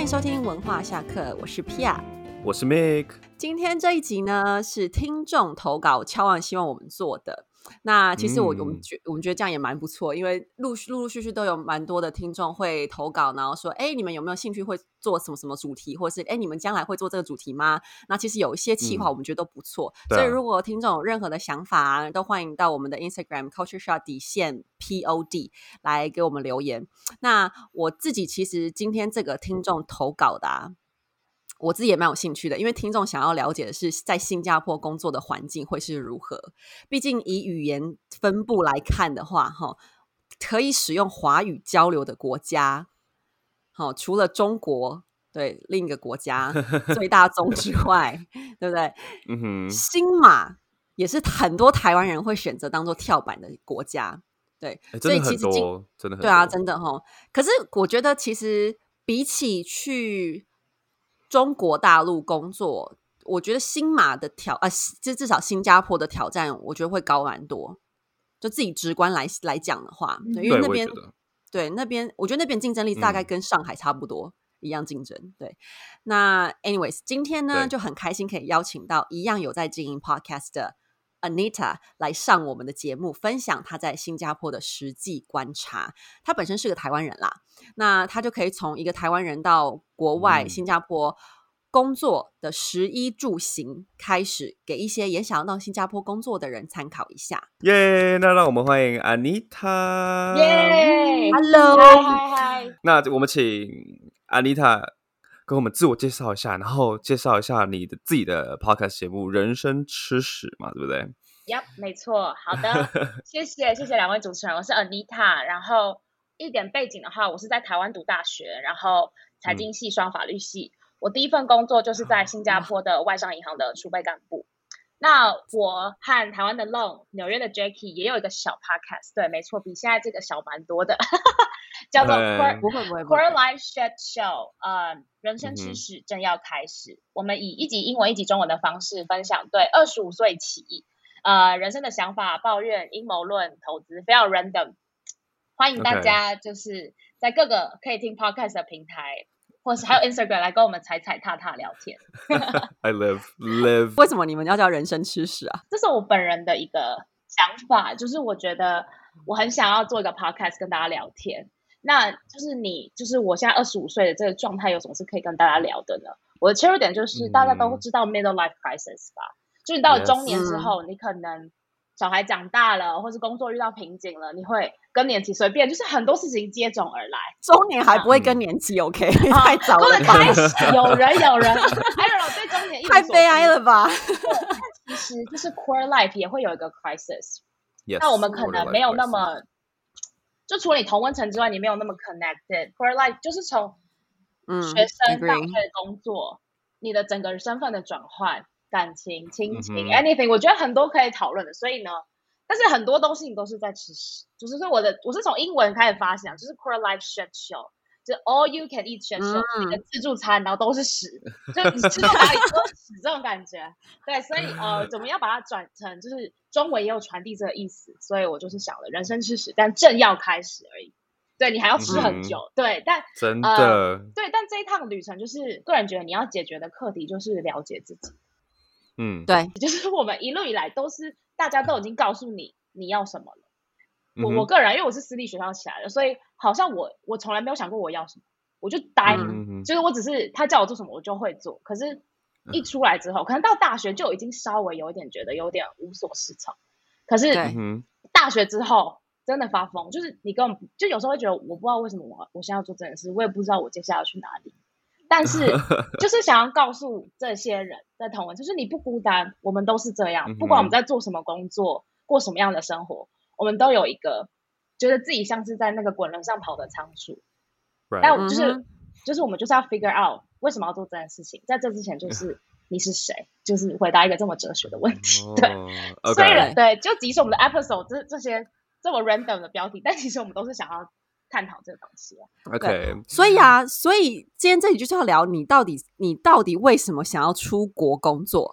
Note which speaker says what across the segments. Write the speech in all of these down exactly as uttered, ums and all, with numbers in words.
Speaker 1: 迎收听文化下课，我是 Pia，
Speaker 2: 我是 Mick。
Speaker 1: 今天这一集呢是听众投稿敲碗希望我们做的。那其实我、嗯、我们觉我们觉得这样也蛮不错，因为陆陆陆续续都有蛮多的听众会投稿，然后说，哎，你们有没有兴趣会做什么什么主题，或是哎，你们将来会做这个主题吗？那其实有一些企划我们觉得都不错，嗯、所以如果听众有任何的想法、啊，都欢迎到我们的 Instagram Culture Shock 底线 P O D 来给我们留言。那我自己其实今天这个听众投稿的啊。我自己也蛮有兴趣的，因为听众想要了解的是在新加坡工作的环境会是如何。毕竟以语言分布来看的话，可以使用华语交流的国家，除了中国对另一个国家最大宗之外，对不对？嗯哼，新马也是很多台湾人会选择当做跳板的国家，对，
Speaker 2: 欸、真的很多，真的很多，
Speaker 1: 对啊，真的齁。可是我觉得其实比起去中国大陆工作，我觉得新马的挑呃，至少新加坡的挑战，我觉得会高蛮多。就自己直观来来讲的话，对，因为那边 对, 对那边，我觉得那边竞争力大概跟上海差不多、嗯、一样竞争。对，那 anyways， 今天呢就很开心可以邀请到一样有在经营 podcast 的 Anita 来上我们的节目，分享她在新加坡的实际观察。她本身是个台湾人啦，那她就可以从一个台湾人到国外、嗯、新加坡工作的食衣住行开始，给一些也想要到新加坡工作的人参考一下。
Speaker 2: 耶、yeah, 那让我们欢迎 Anita。
Speaker 1: 耶 Hello，
Speaker 3: 嗨嗨。
Speaker 2: 那我们请 Anita 跟我们自我介绍一下，然后介绍一下你的自己的 podcast 节目《人生吃屎》嘛，对不对？
Speaker 3: Yep， 没错。好的，谢谢谢谢两位主持人，我是 Anita。然后一点背景的话，我是在台湾读大学，然后财经系双法律系。嗯，我第一份工作就是在新加坡的外商银行的储备干部。那我和台湾的 Long、纽约的 Jackie 也有一个小 podcast， 对，没错，比现在这个小蛮多的，叫做 Core, Core Life Shit Show， 呃，人生吃屎正要开始。嗯、我们以一集英文一集中文的方式分享对二十五岁起呃人生的想法、抱怨、阴谋论、投资，非常 random。欢迎大家就是在各个可以听 podcast 的平台。或是还有 Instagram 来跟我们踩踩踏踏聊天。
Speaker 2: I live live。
Speaker 1: 为什么你们要叫人生吃屎啊？
Speaker 3: 这是我本人的一个想法，就是我觉得我很想要做一个 podcast 跟大家聊天。那就是你，就是我现在二十五岁的这个状态，有什么是可以跟大家聊的呢？我的切入点就是、嗯、大家都知道 middle life crisis 吧，就是你到了中年之后， yes. 你可能小孩长大了，或是工作遇到瓶颈了，你会更年期随便，就是很多事情接踵而来。
Speaker 1: 中年还不会更年期、嗯、OK， 太早了吧。
Speaker 3: 开始有人有人 I don't know， 对中年
Speaker 1: 太悲哀了吧。
Speaker 3: 其实就是 core life 也会有一个 crisis、yes, 那我们可能没有那么，就除了你同温层之外，你没有那么 connected。 core life 就是从学生到开始工作、嗯、你的整个身份的转换，感情、亲情、mm-hmm. anything， 我觉得很多可以讨论的。所以呢，但是很多东西你都是在吃屎，就是说我的我是从英文开始发想，就是 core life shit show， 就是 all you can eat shit show， 一、mm-hmm. 个自助餐，然后都是屎，就你吃到哪里都是屎这种感觉。对，所以呃，怎么样把它转成就是中文也有传递这个意思，所以我就是想了人生吃屎，但正要开始而已。对，你还要吃很久，嗯、对，但
Speaker 2: 真的、
Speaker 3: 呃、对，但这一趟旅程就是个人觉得你要解决的课题就是了解自己。
Speaker 2: 嗯，
Speaker 1: 对，
Speaker 3: 就是我们一路以来都是大家都已经告诉你你要什么了。嗯、我我个人因为我是私立学校起来的，所以好像我我从来没有想过我要什么，我就呆，嗯、就是我只是他叫我做什么我就会做。可是一出来之后，可能到大学就已经稍微有一点觉得有点无所适从。可是大学之后真的发疯，就是你根本就有时候会觉得我不知道为什么我我现在要做这件事，我也不知道我接下来要去哪里。但是就是想要告诉这些人在同文，就是你不孤单，我们都是这样，不管我们在做什么工作，过什么样的生活，我们都有一个觉得自己像是在那个滚轮上跑的仓鼠。
Speaker 2: Right.
Speaker 3: 但就是、嗯、就是我们就是要 figure out 为什么要做这件事情，在这之前就是你是谁，就是回答一个这么哲学的问题。Oh, 对，
Speaker 2: okay.
Speaker 3: 虽然对，就即使我们的 episode 这这些这么 random 的标题，但其实我们都是想要探讨这个东西。
Speaker 2: OK，
Speaker 1: 所以啊，所以今天这里就是要聊你到底你到底为什么想要出国工作？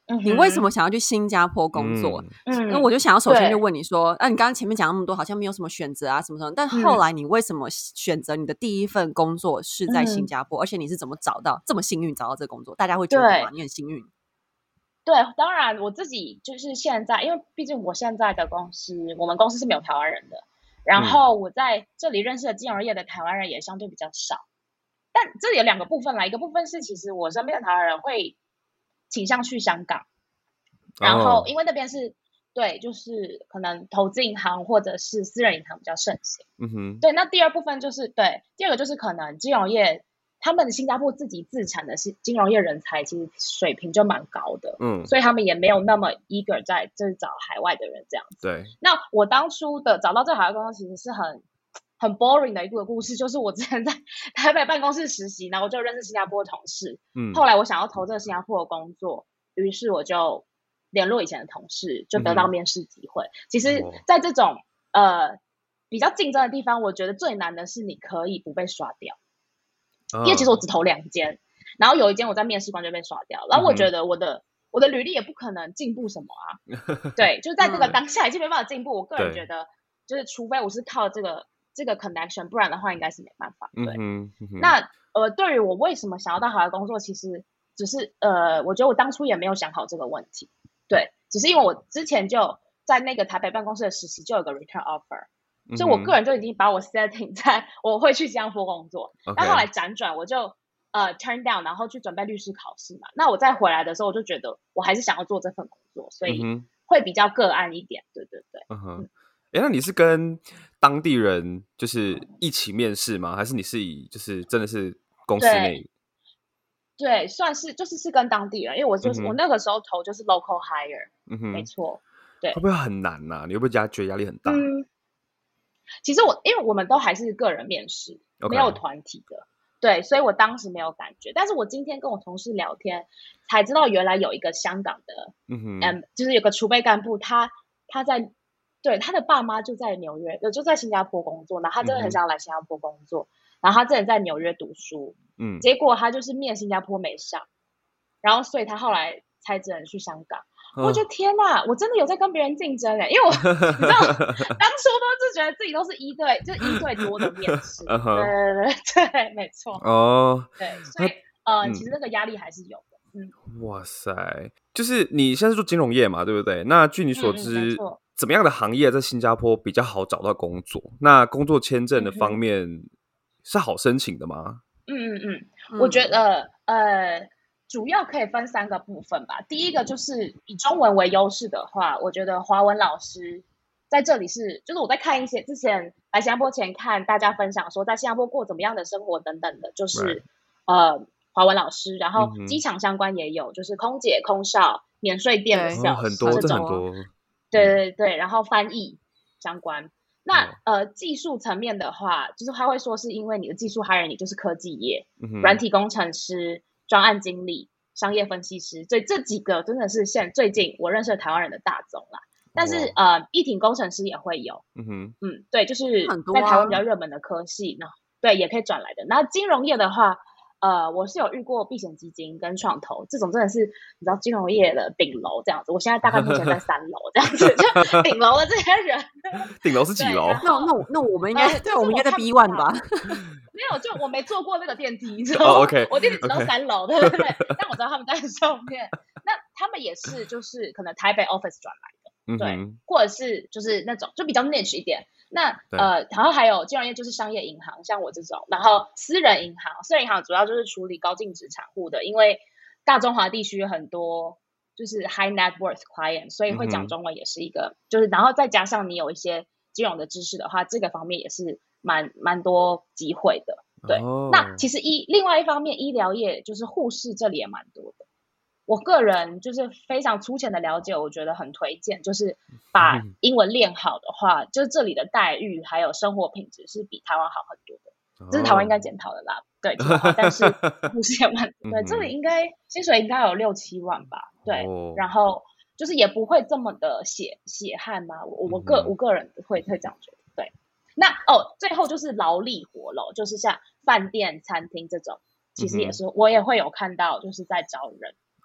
Speaker 3: 嗯
Speaker 1: 你为什么想要去新加坡工作？
Speaker 3: 嗯，
Speaker 1: 那我就想要首先就问你说，啊，你刚刚前面讲那么多，好像没有什么选择啊，什么什么，但后来你为什么选择你的第一份工作是在新加坡？嗯、而且你是怎么找到这么幸运找到这个工作？大家会觉得吗？你很幸运。
Speaker 3: 对，当然我自己就是现在，因为毕竟我现在的公司，我们公司是没有台湾人的，然后我在这里认识的金融业的台湾人也相对比较少。但这里有两个部分啦，一个部分是其实我身边的台湾人会倾向去香港，然后因为那边是、哦、对，就是可能投资银行或者是私人银行比较盛行。
Speaker 2: 嗯哼，
Speaker 3: 对，那第二部分就是对，第二个就是可能金融业，他们新加坡自己自产的金融业人才其实水平就蛮高的，嗯，所以他们也没有那么 eager 在就是找海外的人这样子。
Speaker 2: 对，
Speaker 3: 那我当初的找到这海外工作其实是很很 boring 的一个故事，就是我之前在台北办公室实习，然后我就认识新加坡的同事，嗯，后来我想要投这个新加坡的工作，于是我就联络以前的同事，就得到面试机会。嗯、其实，在这种、哦、呃比较竞争的地方，我觉得最难的是你可以不被刷掉，哦、因为其实我只投两间，然后有一间我在面试官就被刷掉，然后我觉得我的、嗯、我的履历也不可能进步什么啊，对，就是在这个当下已经没办法进步。我个人觉得，就是除非我是靠这个。这个 connection， 不然的话应该是没办法。对，嗯嗯、那呃，对于我为什么想要到海外工作，其实只是呃，我觉得我当初也没有想好这个问题。对，只是因为我之前就在那个台北办公室的实习就有个 return offer，、嗯、所以我个人就已经把我 setting 在我会去新加坡工作。Okay. 但后来辗转，我就呃 turn down， 然后去准备律师考试嘛。那我再回来的时候，我就觉得我还是想要做这份工作，所以会比较个案一点。对对对。嗯哼。嗯
Speaker 2: 哎，那你是跟当地人就是一起面试吗？还是你是以就是真的是公司内？
Speaker 3: 对，对算是就是是跟当地人，因为我就是、嗯、我那个时候投就是 local hire，、嗯、没错。对，
Speaker 2: 会不会很难啊？你会不会觉得压力很大？
Speaker 3: 嗯，其实我因为我们都还是个人面试， okay. 没有团体的，对，所以我当时没有感觉。但是我今天跟我同事聊天，才知道原来有一个香港的，嗯哼，嗯，就是有个储备干部，他他在。对，他的爸妈就在纽约，就在新加坡工作，然后他真的很想要来新加坡工作，嗯、然后他真的在纽约读书，嗯，结果他就是面新加坡没上，然后所以他后来才只能去香港。哦、我觉得天哪，我真的有在跟别人竞争哎，因为我你知道，当初都是觉得自己都是一对，就是一对多的面试，对对对对，没错。哦，对，所以呃、嗯，其实那个压力还是有的。嗯，
Speaker 2: 哇塞，就是你现在是做金融业嘛，对不对？那据你所知，嗯嗯、怎么样的行业在新加坡比较好找到工作？那工作签证的方面是好申请的吗？
Speaker 3: 嗯嗯嗯，我觉得呃，主要可以分三个部分吧。第一个就是以中文为优势的话，我觉得华文老师在这里是，就是我在看一些之前来新加坡前看大家分享说在新加坡过怎么样的生活等等的，就是、right. 呃。华文老师，然后机场相关也有，嗯、就是空姐、空少、免税店的 sales、
Speaker 2: 哦、很多，这很多。
Speaker 3: 对对对，然后翻译相关。那、嗯、呃，技术层面的话，就是他会说是因为你的技术 hire 你就是科技业，嗯、软体工程师、专案经理、商业分析师，所以这几个真的是现最近我认识的台湾人的大宗啦。但是、哦、呃，一体工程师也会有，嗯哼，嗯，对，就是在台湾比较热门的科系，那、啊、对也可以转来的。然后金融业的话。呃，我是有遇过避险基金跟创投这种，真的是你知道金融业的顶楼这样子。我现在大概目前在三楼这样子，就顶楼的这些人。
Speaker 2: 顶楼是几楼？
Speaker 1: 那那那我们应该、呃、对，我们应该在 B 一 吧？
Speaker 3: 没有，就我没坐过那个电梯，你知道吗？
Speaker 2: oh, okay,
Speaker 3: 我电梯只到三楼， okay. 对不对？但我知道他们在上面。那他们也是，就是可能台北 office 转来的，嗯、对，或者是就是那种就比较 niche 一点。那呃，然后还有金融业就是商业银行，像我这种，然后私人银行，私人银行主要就是处理高净值产户的，因为大中华地区很多就是 high net worth client， 所以会讲中文也是一个，嗯、就是然后再加上你有一些金融的知识的话，这个方面也是蛮蛮多机会的。对，哦、那其实医另外一方面，医疗业就是护士这里也蛮多的。我个人就是非常粗浅的了解，我觉得很推荐，就是把英文练好的话，嗯、就是这里的待遇还有生活品质是比台湾好很多的。哦、这是台湾应该检讨的啦，对，但是护士也蛮对，这里应该薪水应该有六七万吧，对，哦、然后就是也不会这么的血血汗嘛，我我个、嗯、我个人会会这样觉得，对。那哦，最后就是劳力活咯，就是像饭店、餐厅这种，其实也是、嗯、我也会有看到，就是在招人。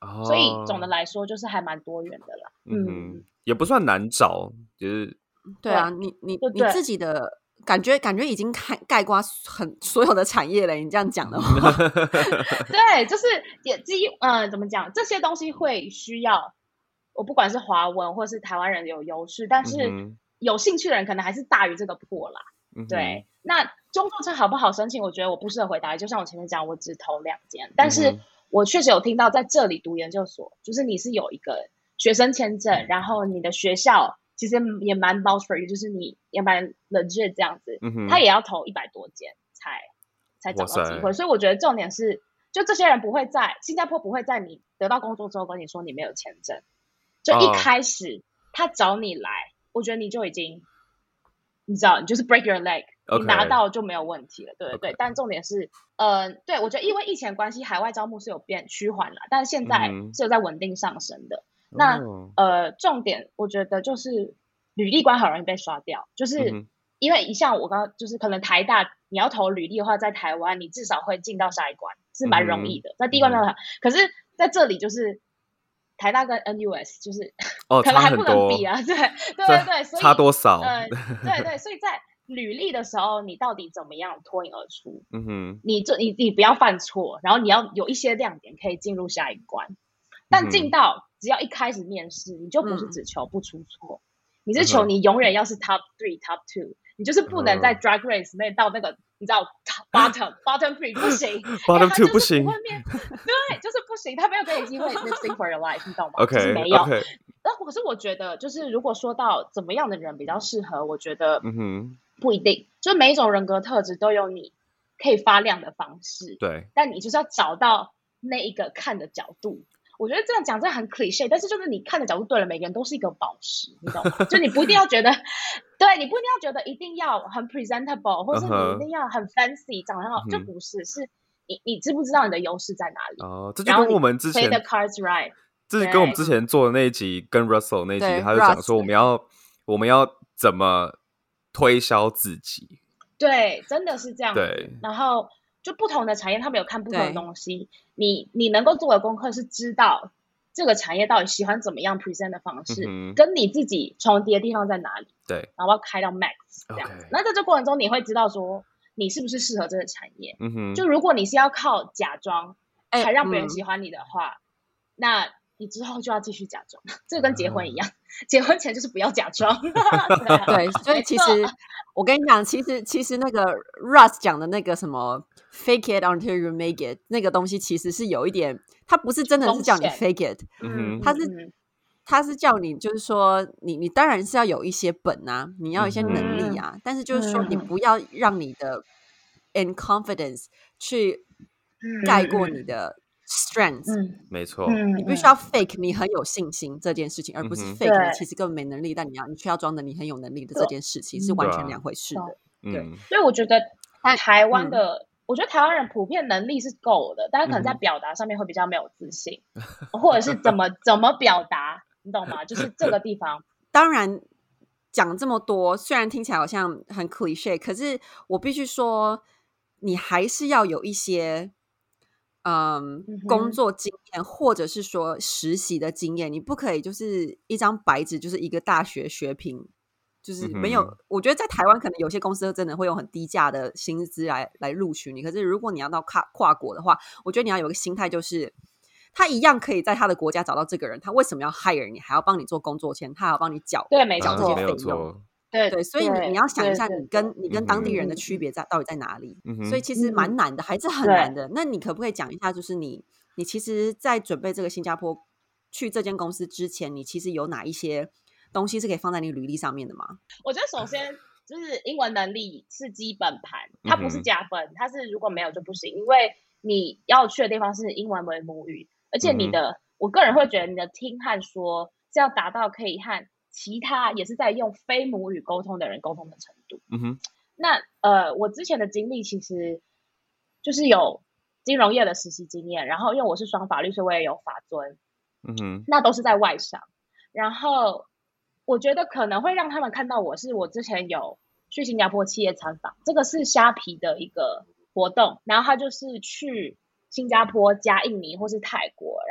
Speaker 3: 哦、所以总的来说就是还蛮多元的啦。
Speaker 2: 嗯, 嗯，也不算难找，就是
Speaker 1: 对啊，你你你自己的感觉感觉已经概括很所有的产业了，你这样讲的话。
Speaker 3: 对，就是也基呃怎么讲，这些东西会需要我不管是华文或是台湾人有优势，但是有兴趣的人可能还是大于这个破啦。嗯、对，那工作证好不好申请，我觉得我不适合回答。就像我前面讲，我只投两间，但是我确实有听到在这里读研究所，就是你是有一个学生签证，然后你的学校其实也蛮 vouch for you， 就是你也蛮 legit 这样子，嗯、他也要投一百多间才才找到机会。所以我觉得重点是，就这些人不会在新加坡不会在你得到工作之后跟你说你没有签证，就一开始、oh. 他找你来，我觉得你就已经你知道，你就是 break your leg，okay. 你拿到就没有问题了，对对对。Okay. 但重点是，呃，对我觉得因为疫情关系，海外招募是有变趋缓了，但是现在是有在稳定上升的。嗯、那、oh. 呃，重点我觉得就是履历关很容易被刷掉，就是、嗯、因为像我刚刚就是可能台大你要投履历的话，在台湾你至少会进到下一关，是蛮容易的，嗯、在第一关上、嗯，可是在这里就是。台大跟 N U S 就是、
Speaker 2: 哦、
Speaker 3: 可能还不能比啊，对对对对，所以
Speaker 2: 差多少？
Speaker 3: 呃，对对，所以在履历的时候，你到底怎么样脱颖而出？嗯哼，你这你你不要犯错，然后你要有一些亮点可以进入下一关。但进到、嗯、只要一开始面试，你就不是只求不出错，嗯、你是求你永远要是 top three、top two， 你就是不能在 drag race 内到那个。你知道 bottom bottom three 不行
Speaker 2: ，bottom two 不行，
Speaker 3: 对，就是不行，他没有给你机会 lip sync for your life， 你懂吗？
Speaker 2: OK，
Speaker 3: 就是没有。
Speaker 2: Okay.
Speaker 3: 那可是我觉得，就是如果说到怎么样的人比较适合，我觉得不一定，就每一种人格特质都有你可以发亮的方式，
Speaker 2: 对，
Speaker 3: 但你就是要找到那一个看的角度。我觉得这样讲真的很 cliché， 但是就是你看的角度对了，每个人都是一个宝石，你懂吗？就你不一定要觉得，对你不一定要觉得一定要很 presentable， 或是你一定要很 fancy， 长得很好， uh-huh. 就不是，是你你知不知道你的优势在哪里？
Speaker 2: 哦，这就跟我们之前
Speaker 3: play the cards right，
Speaker 2: 这是跟我们之前做的那一集，跟 Russell 那一集，他就讲说我们要我们要怎么推销自己，
Speaker 3: 对，真的是这样子。
Speaker 2: 对，
Speaker 3: 然后。就不同的产业他们有看不同的东西，你你能够做的功课是知道这个产业到底喜欢怎么样 present 的方式、嗯、跟你自己重叠的地方在哪里，
Speaker 2: 对，
Speaker 3: 然后要开到 max 这样子、okay. 那在这过程中你会知道说你是不是适合这个产业、嗯、哼，就如果你是要靠假装才让别人喜欢你的话、欸嗯、那你之后就要继续假装，这个跟结婚一样、嗯、结婚前就是不要假装对、啊、
Speaker 1: 对，所以其实我跟你讲，其实其实那个 Russ 讲的那个什么 fake it until you make it 那个东西其实是有一点，他不是真的是叫你 fake it， 嗯，他是、嗯、他是叫你就是说你你当然是要有一些本啊，你要有一些能力啊、嗯、但是就是说你不要让你的 in confidence 去盖过你的strength，
Speaker 2: 嗯，没错，
Speaker 1: 你必须要 fake 你很有信心这件事情、嗯、而不是 fake 你其实根本没能力，但你要你却要装的你很有能力的这件事情是完全两回事的。
Speaker 3: 对，对，所以我觉得台湾的、嗯、我觉得台湾人普遍能力是够的，但是可能在表达上面会比较没有自信、嗯、或者是怎么怎么表达，你懂吗？就是这个地方
Speaker 1: 当然讲这么多虽然听起来好像很 cliché， 可是我必须说你还是要有一些嗯，工作经验或者是说实习的经验，你不可以就是一张白纸就是一个大学学凭，就是没有、嗯、我觉得在台湾可能有些公司真的会用很低价的薪资来来录取你，可是如果你要到跨跨国的话，我觉得你要有一个心态，就是他一样可以在他的国家找到这个人，他为什么要 hire 你，还要帮你做工作签，他还要帮你缴
Speaker 3: 对没
Speaker 1: 缴这些费用，对对，所以 你, 你要想一下你跟你跟当地人的区别在到底在哪里、嗯、所以其实蛮难的、嗯、还是很难的。那你可不可以讲一下，就是你你其实在准备这个新加坡去这间公司之前，你其实有哪一些东西是可以放在你履历上面的吗？
Speaker 3: 我觉得首先就是英文能力是基本盘，它不是加分、嗯、它是如果没有就不行，因为你要去的地方是英文为母语，而且你的、嗯、我个人会觉得你的听和说是要达到可以和其他也是在用非母语沟通的人沟通的程度。嗯哼，那呃，我之前的经历其实就是有金融业的实习经验，然后因为我是双法律，所以我也有法遵。嗯哼，那都是在外商。然后我觉得可能会让他们看到我是我之前有去新加坡企业参访，这个是虾皮的一个活动，然后他就是去新加坡加印尼或是泰国，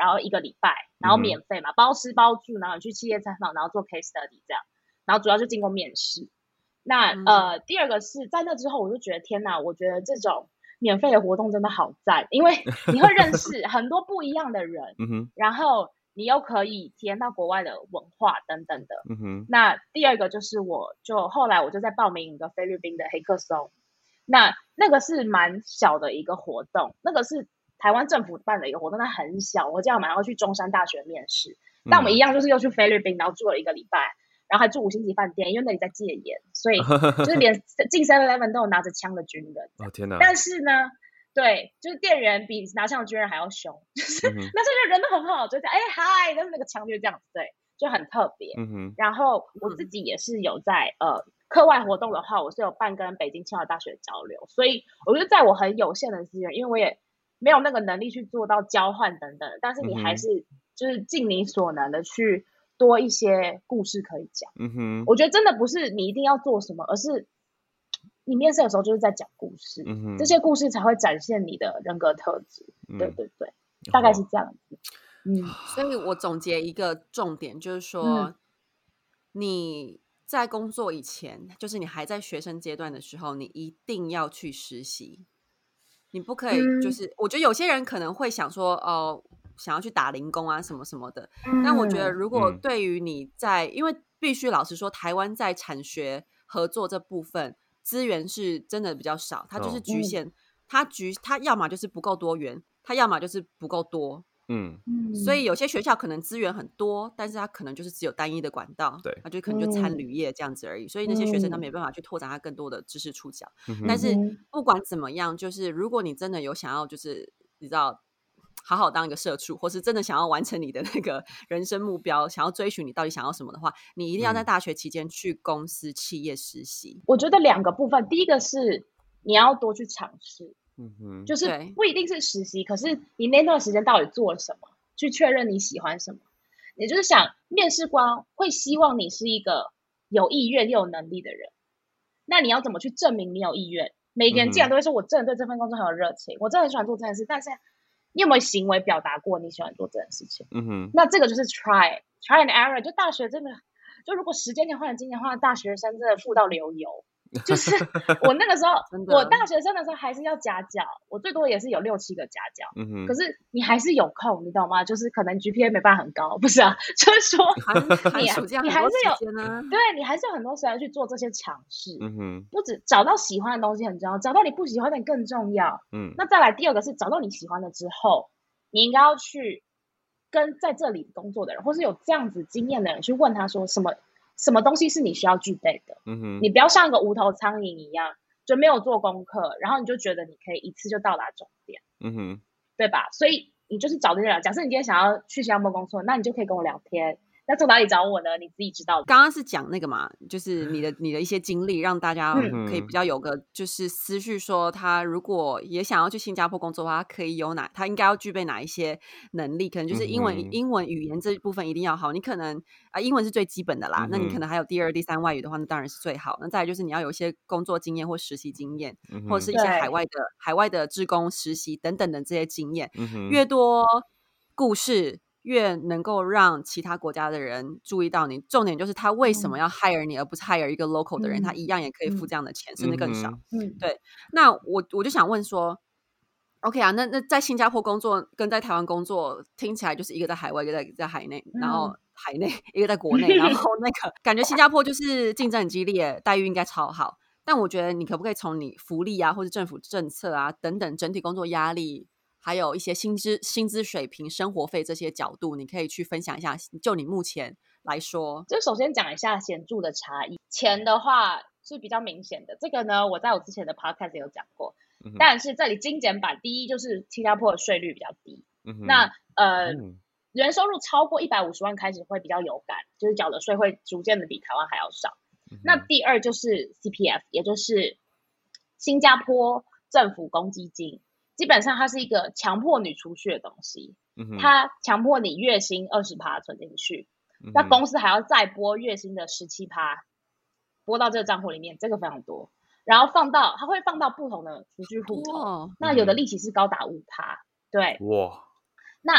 Speaker 3: 然后一个礼拜，然后免费嘛，嗯、包吃包住，然后你去企业参访，然后做 case study 这样，然后主要就经过面试。那、嗯、呃，第二个是在那之后，我就觉得天哪，我觉得这种免费的活动真的好赞，因为你会认识很多不一样的人，嗯、然后你又可以体验到国外的文化等等的。嗯哼，那第二个就是我就后来我就在报名一个菲律宾的黑客松，那那个是蛮小的一个活动，那个是台湾政府办的一个活动，它很小，我这样马上要去中山大学面试，但我们一样就是又去菲律宾，然后住了一个礼拜，然后还住五星级饭店，因为那里在戒严，所以就是连进 seven eleven 都有拿着枪的军人。
Speaker 2: 哦天哪！
Speaker 3: 但是呢，对，就是店员比拿枪的军人还要凶，就是、嗯、但是就人都很好，就这样，哎嗨，但是那个枪就是这样子，对，就很特别。嗯哼。然后我自己也是有在呃课外活动的话，我是有办跟北京清华大学交流，所以我觉得在我很有限的资源，因为我也没有那个能力去做到交换等等，但是你还是就是尽你所能的去多一些故事可以讲。嗯哼。我觉得真的不是你一定要做什么，而是你面试的时候就是在讲故事，嗯、这些故事才会展现你的人格特质。嗯、对对对，大概是这样子。
Speaker 1: 嗯，所以我总结一个重点就是说，嗯、你在工作以前，就是你还在学生阶段的时候，你一定要去实习。你不可以，就是、嗯、我觉得有些人可能会想说，哦、呃，想要去打零工啊什么什么的。嗯、但我觉得，如果对于你在，嗯、因为必须老实说，台湾在产学合作这部分资源是真的比较少，它就是局限，哦、它局它要么就是不够多元，它要么就是不够多。嗯，所以有些学校可能资源很多，但是它可能就是只有单一的管道，对，它就可能就参旅业这样子而已。所以那些学生他没办法去拓展他更多的知识触角。嗯、但是不管怎么样，就是如果你真的有想要，就是你知道好好当一个社畜，或是真的想要完成你的那个人生目标，想要追寻你到底想要什么的话，你一定要在大学期间去公司企业实习。
Speaker 3: 我觉得两个部分，第一个是你要多去尝试。嗯哼，就是不一定是实习，可是你那段时间到底做了什么，去确认你喜欢什么。也就是想，面试官会希望你是一个有意愿又有能力的人，那你要怎么去证明你有意愿？每个人既然都会说，我真的对这份工作很有热情，我真的很喜欢做这件事，但是你有没有行为表达过你喜欢做这件事情？嗯哼，那这个就是 try try and error。就大学真的，就如果时间年换成今年的话，大学生真的富到流油。就是我那个时候我大学生的时候还是要家教，我最多也是有六七个家教。嗯哼，可是你还是有空，你懂吗？就是可能 G P A 没办法很高，不是啊，就是说你你还是有、啊、对你还是有很多时间去做这些尝试。嗯哼，不止找到喜欢的东西很重要，找到你不喜欢的更重要。嗯，那再来第二个是找到你喜欢的之后，你应该要去跟在这里工作的人，或是有这样子经验的人去问他说什么什么东西是你需要具备的。嗯哼，你不要像一个无头苍蝇一样就没有做功课，然后你就觉得你可以一次就到达终点。嗯哼，对吧？所以你就是找这些人，假设你今天想要去新加坡工作，那你就可以跟我聊天。那从哪里找我呢？你自己知道。
Speaker 1: 刚刚是讲那个嘛，就是你的你的一些经历，让大家可以比较有个就是思绪，说他如果也想要去新加坡工作的话，他可以有哪，他应该要具备哪一些能力？可能就是英文、嗯、英文语言这部分一定要好。你可能啊、呃，英文是最基本的啦，嗯、那你可能还有第二、第三外语的话，那当然是最好。那再来就是你要有一些工作经验或实习经验，嗯、或者是一些海外的海外的志工实习等等的这些经验，嗯、越多故事。越能够让其他国家的人注意到你，重点就是他为什么要 hire 你，嗯、而不是 hire 一个 local 的人，嗯、他一样也可以付这样的钱，嗯、甚至更少。嗯，对。那我我就想问说 ，OK 啊，那那在新加坡工作跟在台湾工作听起来就是一个在海外，一个在在海内，嗯、然后海内一个在国内，然后那个感觉新加坡就是竞争很激烈，待遇应该超好。但我觉得你可不可以从你福利啊，或者政府政策啊等等整体工作压力，还有一些薪资薪资水平、生活费这些角度，你可以去分享一下。就你目前来说，
Speaker 3: 就首先讲一下显著的差异。钱的话是比较明显的，这个呢，我在我之前的 podcast 也有讲过。嗯、但是这里精简版，第一就是新加坡的税率比较低。嗯、那呃，嗯、人收入超过一百五十万开始会比较有感，就是缴的税会逐渐的比台湾还要少。嗯、那第二就是 C P F， 也就是新加坡政府公积金。基本上它是一个强迫你储蓄的东西，嗯、它强迫你月薪 百分之二十 存进去，嗯、那公司还要再拨月薪的 百分之十七 拨到这个账户里面，这个非常多，然后放到它会放到不同的储蓄户头，那有的利息是高达 百分之五， 对，哇，那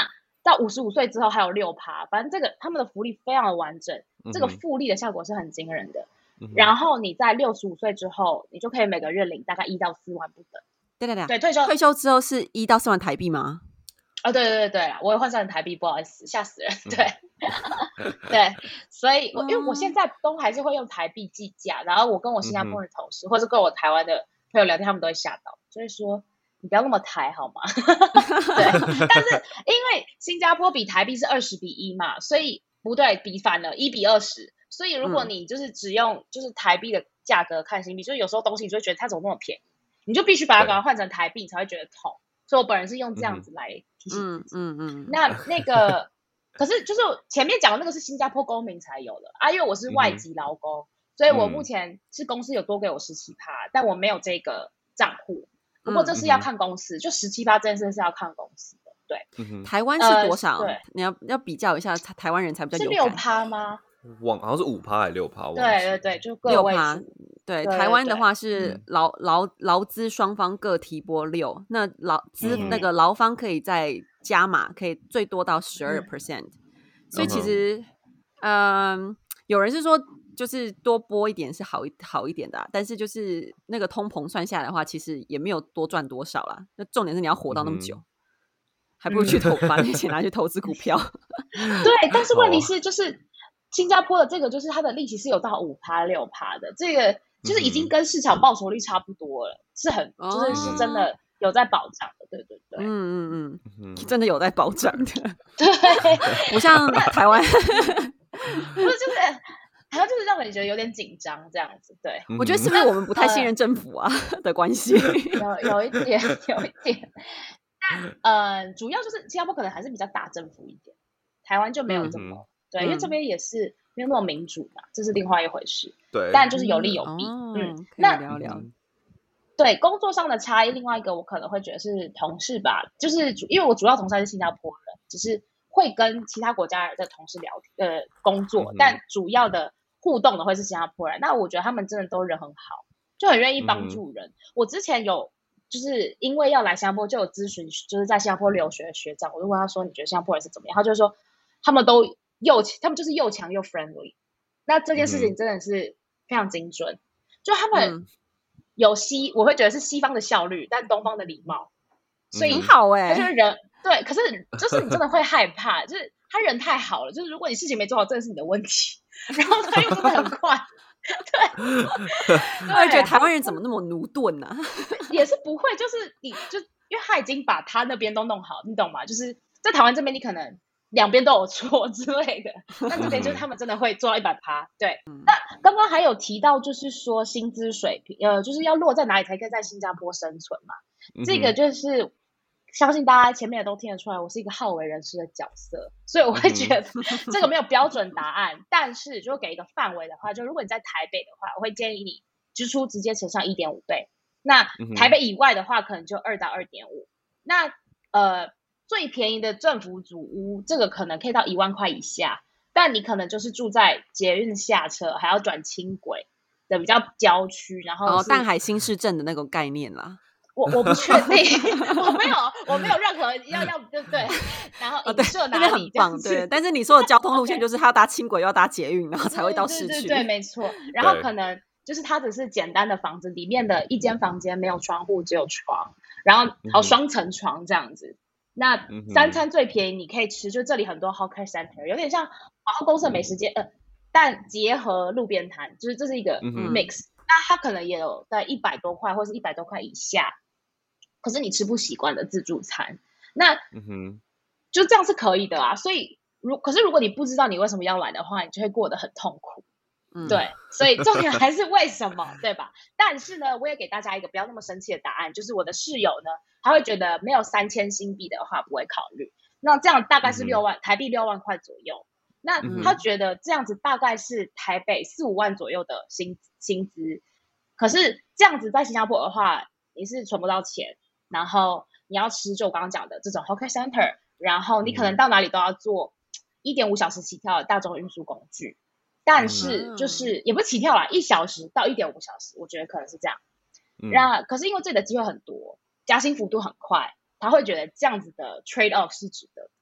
Speaker 3: 到五十五岁之后还有 百分之六， 反正这个他们的福利非常的完整，
Speaker 2: 嗯、
Speaker 3: 这个复利的效果是很惊人的。嗯、然后你在六十五岁之后，你就可以每个月领大概一到四万不等。
Speaker 1: 对对对，
Speaker 3: 对，退休
Speaker 1: 退休之后是一到四万台币吗？
Speaker 3: 哦，对对对对，我也换算成台币，不好意思，吓死人。对，嗯、对，所以我因为我现在都还是会用台币计价，然后我跟我新加坡的同事，嗯、或者跟我台湾的朋友聊天，他们都会吓到，就会说你不要那么台好吗？对，但是因为新加坡比台币是二十比一嘛，所以不对，比反了，一比二十，所以如果你就是只用就是台币的价格看新币，嗯、就是有时候东西你就会觉得它怎么那么便宜，你就必须把它赶快换成台币，才会觉得痛。所以我本人是用这样子来提醒自己。嗯嗯嗯。那那个，可是就是前面讲的那个是新加坡公民才有的啊，因为我是外籍劳工，嗯、所以我目前是公司有多给我十七趴，但我没有这个账户。不过这是要看公司，嗯、就十七趴这件事是要看公司的。对，
Speaker 1: 嗯、台湾是多少？
Speaker 3: 呃、对，
Speaker 1: 你要要比较一下，台湾人才比较有感。
Speaker 3: 是六趴吗？
Speaker 2: 忘好像是五趴还是六趴？
Speaker 3: 对对对，就个位数。
Speaker 1: 对，台湾的话是劳劳劳资双方各提拨六，那劳资、嗯、那个劳方可以再加码，可以最多到十二 percent。所以其实，嗯、呃，有人是说就是多拨一点是好一好一点的、啊，但是就是那个通膨算下来的话，其实也没有多赚多少啦。那重点是你要活到那么久，嗯、还不如去投把那钱拿去投资股票。
Speaker 3: 对，但是问题是就是。新加坡的这个就是它的利息是有到五趴六趴的，这个就是已经跟市场报酬率差不多了，嗯、是很就是是真的有在保障的，对对对，
Speaker 1: 嗯嗯嗯，真的有在保障的，
Speaker 3: 对，
Speaker 1: 不像台湾，
Speaker 3: 不是就是还有就是让人觉得有点紧张这样子，对，
Speaker 1: 我觉得是不是我们不太信任政府啊、呃、的关系？
Speaker 3: 有有一点有一点，但呃，主要就是新加坡可能还是比较大政府一点，台湾就没有这么。嗯对，因为这边也是没有那么民主嘛，这是另外一回事。
Speaker 2: 对，
Speaker 3: 但就是有利有弊。
Speaker 1: 嗯，
Speaker 3: 嗯
Speaker 1: 那聊聊。
Speaker 3: 对，工作上的差异，另外一个我可能会觉得是同事吧，就是因为我主要同事还是新加坡人，只是会跟其他国家的同事聊天呃工作，嗯、但主要的互动的会是新加坡人。那我觉得他们真的都人很好，就很愿意帮助人。嗯、我之前有就是因为要来新加坡，就有咨询，就是在新加坡留学的学长，我就问他说，你觉得新加坡人是怎么样？他就说他们都。又他们就是又强又 friendly， 那这件事情真的是非常精准。嗯、就他们有西，我会觉得是西方的效率，但东方的礼貌，所以
Speaker 1: 很好哎、
Speaker 3: 欸。他就是人对，可是就是你真的会害怕，就是他人太好了，就是如果你事情没做好，真的是你的问题。然后他又真的很快，对，
Speaker 1: 我会觉得台湾人怎么那么驽钝呢？
Speaker 3: 也是不会，就是你就因为他已经把他那边都弄好，你懂吗？就是在台湾这边，你可能。两边都有错之类的，但这边就是他们真的会做到一百趴。对，嗯、那刚刚还有提到，就是说薪资水平，呃，就是要落在哪里才可以在新加坡生存嘛？嗯、这个就是相信大家前面也都听得出来，我是一个好为人师的角色，所以我会觉得这个没有标准答案，嗯、但是就给一个范围的话，就如果你在台北的话，我会建议你支出直接乘上一点五倍。那台北以外的话，可能就二到二点五。那呃。最便宜的政府组屋，这个可能可以到一万块以下，但你可能就是住在捷运下车还要转轻轨的比较郊区，然后
Speaker 1: 哦，淡海新市镇的那种概念啦。
Speaker 3: 我我不确定，我没有我没有任何要要对不对？然后影射哪里、
Speaker 1: 哦、很棒，对。但是你说的交通路线就是他要搭轻轨，要搭捷运，然后才会到市区。
Speaker 3: 对对 对, 对，没错。然后可能就是它只是简单的房子，里面的一间房间没有窗户，只有床，然后好双层床这样子。那三餐最便宜，你可以吃，就这里很多 hawker center， 有点像百货公司的美食街，呃，但结合路边摊，就是这是一个 mix。嗯、那它可能也有在一百多块或是一百多块以下，可是你吃不习惯的自助餐，那就这样是可以的啊。所以如可是如果你不知道你为什么要来的话，你就会过得很痛苦。嗯、对，所以重点还是为什么，对吧？但是呢，我也给大家一个不要那么生气的答案，就是我的室友呢，他会觉得没有三千新币的话不会考虑，那这样大概是六万、嗯、台币六万块左右。那他觉得这样子大概是台北四五万左右的薪薪资，可是这样子在新加坡的话，你是存不到钱，然后你要吃就我刚刚讲的这种 hawker center， 然后你可能到哪里都要坐一点五小时起跳的大众运输工具。但是就是也不是起跳啦，一小时到一点五小时，我觉得可能是这样。那、嗯、可是因为这里的机会很多，加薪幅度很快，他会觉得这样子的 trade off 是值得的。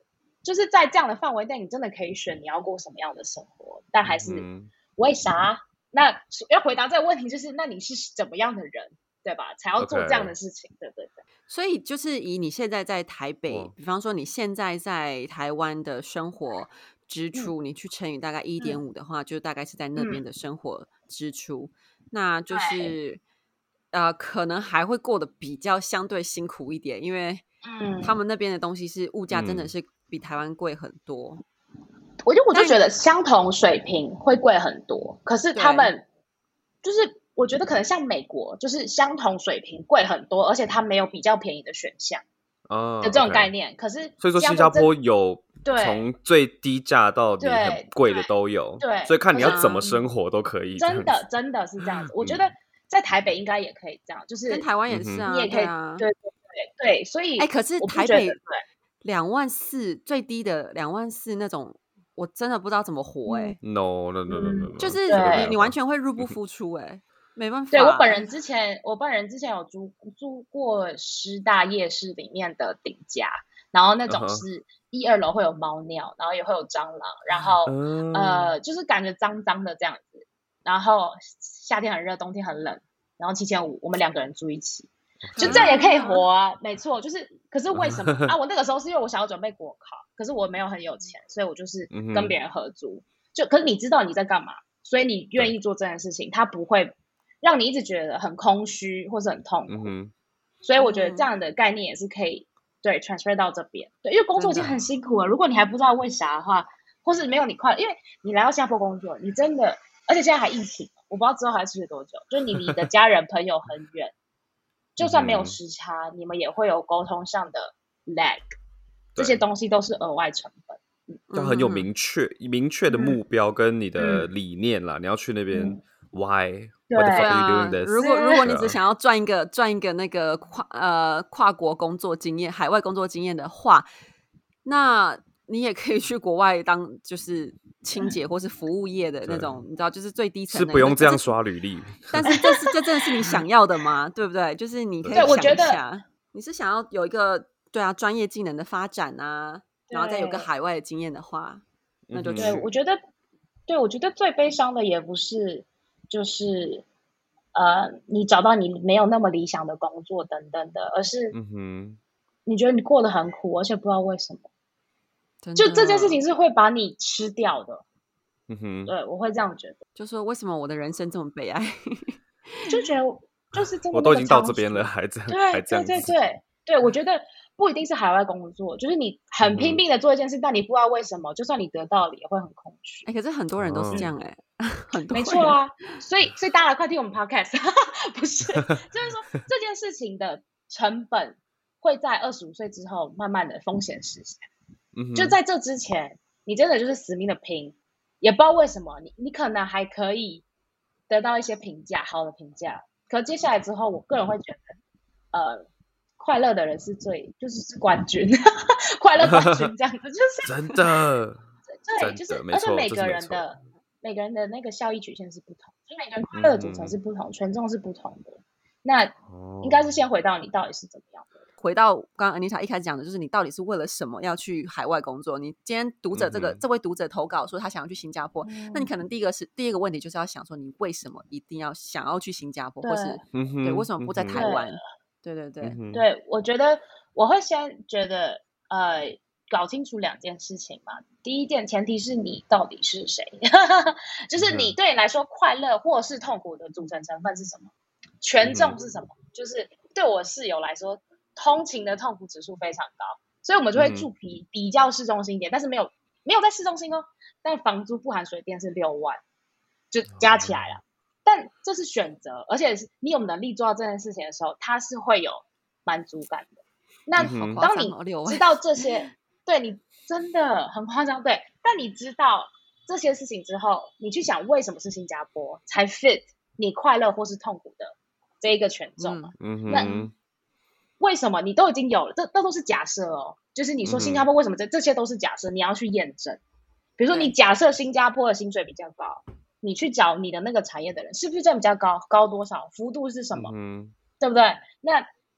Speaker 3: 就是在这样的范围内，你真的可以选你要过什么样的生活，但还是、嗯、为啥？那要回答这个问题就是，那你是怎么样的人，对吧？才要做这样的事情， okay. 对对对。
Speaker 1: 所以就是以你现在在台北，比方说你现在在台湾的生活支出，嗯、你去乘以大概 一点五 的话、嗯，就大概是在那边的生活支出，嗯、那就是呃，可能还会过得比较相对辛苦一点，因为他们那边的东西是物价真的是比台湾贵很多。嗯
Speaker 3: 我就我就觉得相同水平会贵很多，可是他们就是我觉得可能像美国，就是相同水平贵很多，而且它没有比较便宜的选项的这种概念。
Speaker 2: Uh, okay.
Speaker 3: 可是
Speaker 2: 所以说新加坡有从最低价到你很贵的都有，
Speaker 3: 对，对
Speaker 2: 所以看你要怎么生活都可以。
Speaker 3: 真的真的是这样子，我觉得在台北应该也可以这样，就是
Speaker 1: 跟台湾也是啊，
Speaker 3: 你也可以，
Speaker 1: 啊、
Speaker 3: 对对对对，所以
Speaker 1: 哎、欸，可是台北两万四最低的两万四那种。我真的不知道怎么活哎、欸
Speaker 2: 嗯、，no no no no no，
Speaker 1: 就是你你完全会入不敷出哎、欸，没办法。
Speaker 3: 对我本人之前，我本人之前有租租过师大夜市里面的顶家，然后那种是一二楼会有猫尿，然后也会有蟑螂，然后、uh-huh. 呃就是感觉脏脏的这样子，然后夏天很热，冬天很冷，然后七千五我们两个人住一起。就这样也可以活啊，没错，就是，可是为什么啊？我那个时候是因为我想要准备国考，可是我没有很有钱，所以我就是跟别人合租。嗯、就可是你知道你在干嘛，所以你愿意做这件事情，它不会让你一直觉得很空虚或是很痛苦。嗯、所以我觉得这样的概念也是可以对 transfer 到这边。对，因为工作已经很辛苦了，如果你还不知道为啥的话，或是没有你快乐，因为你来到新加坡工作，你真的，而且现在还疫情，我不知道之后还持续多久，就是你离的家人朋友很远。就算没有时差、嗯、你们也会有沟通上的 lag， 这些东西都是额外成本。
Speaker 2: 要很有明确、嗯、明确的目标跟你的理念啦、嗯、你要去那边、嗯、why what the fuck are you doing this、
Speaker 1: 啊、如果如果你只想要赚一个赚一个那个跨呃跨国工作经验海外工作经验的话，那你也可以去国外当就是清洁或是服务业的那种，你知道，就是最低层的，
Speaker 2: 是不用这样刷履历。
Speaker 1: 但是这是这真的是你想要的吗？对不对？就是你可以想一下，你是想要有一个对啊专业技能的发展啊，然后再有个海外的经验的话，那就去。
Speaker 3: 对，我觉得，对我觉得最悲伤的也不是就是呃你找到你没有那么理想的工作等等的，而是嗯哼，你觉得你过得很苦，而且不知道为什么。就这件事情是会把你吃掉的，嗯哼，对，我会这样觉得。
Speaker 1: 就说为什么我的人生这么悲哀？
Speaker 3: 就觉得就是真的，
Speaker 2: 我都已经到这边了，还这样，
Speaker 3: 对
Speaker 2: 还这样子。
Speaker 3: 对对对对，我觉得不一定是海外工作，就是你很拼命的做一件事，嗯、但你不知道为什么，就算你得到了，也会很空虚。
Speaker 1: 哎、欸，可是很多人都是这样哎、欸，嗯、很多人
Speaker 3: 没错啊，所以所以大家来快听我们 podcast， 不是，就是说这件事情的成本会在二十五岁之后慢慢的风险实现。嗯、就在这之前，你真的就是死命的拼，也不知道为什么，你你可能还可以得到一些评价，好的评价。可接下来之后，我个人会觉得，呃，快乐的人是最就是是冠军，快乐冠军这样子，就是
Speaker 2: 真的，
Speaker 3: 对，就是而且每个人的每个人的那个效益曲线是不同，就每个人快乐的组成是不同，嗯、权重是不同的。那应该是先回到你到底是怎么样的。
Speaker 1: 回到刚刚 Anita 一开始讲的，就是你到底是为了什么要去海外工作？你今天读者这个、嗯、这位读者投稿说他想要去新加坡，嗯、那你可能第一个是第一个问题就是要想说，你为什么一定要想要去新加坡，或是、嗯、对为什么不在台湾？对对对、
Speaker 3: 嗯、对，我觉得我会先觉得呃搞清楚两件事情嘛。第一件前提是你到底是谁，就是你对你来说快乐或是痛苦的组成成分是什么，权重是什么？嗯、就是对我室友来说。通勤的痛苦指数非常高，所以我们就会住比、嗯、比较市中心一点，但是没有没有在市中心哦，但房租不含水电是六万，就加起来了。哦、但这是选择，而且是你有能力做到这件事情的时候，它是会有满足感的。那、嗯、当你知道这些，对你真的很夸张，对。但你知道这些事情之后，你去想为什么是新加坡才 fit 你快乐或是痛苦的这一个权重嘛？嗯嗯、那为什么你都已经有了？这这都是假设哦，就是你说新加坡为什么这、嗯、这些都是假设，你要去验证。比如说你假设新加坡的薪水比较高，你去找你的那个产业的人，是不是真的比较高？高多少？幅度是什么？嗯，对不对？那